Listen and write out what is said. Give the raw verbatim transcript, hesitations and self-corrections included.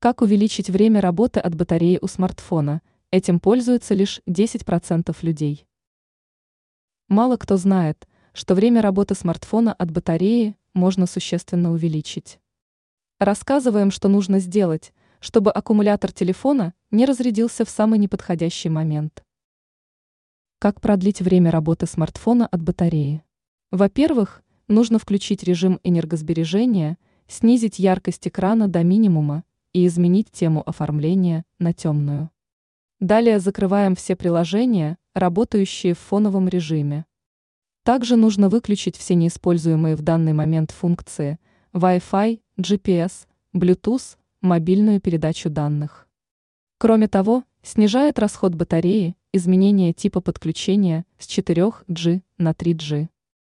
Как увеличить время работы от батареи у смартфона? Этим пользуются лишь десять процентов людей. Мало кто знает, что время работы смартфона от батареи можно существенно увеличить. Рассказываем, что нужно сделать, чтобы аккумулятор телефона не разрядился в самый неподходящий момент. Как продлить время работы смартфона от батареи? Во-первых, нужно включить режим энергосбережения, снизить яркость экрана до минимума и изменить тему оформления на темную. Далее закрываем все приложения, работающие в фоновом режиме. Также нужно выключить все неиспользуемые в данный момент функции Wi-Fi, джи пи эс, Bluetooth, мобильную передачу данных. Кроме того, снижает расход батареи изменение типа подключения с четыре джи на три джи.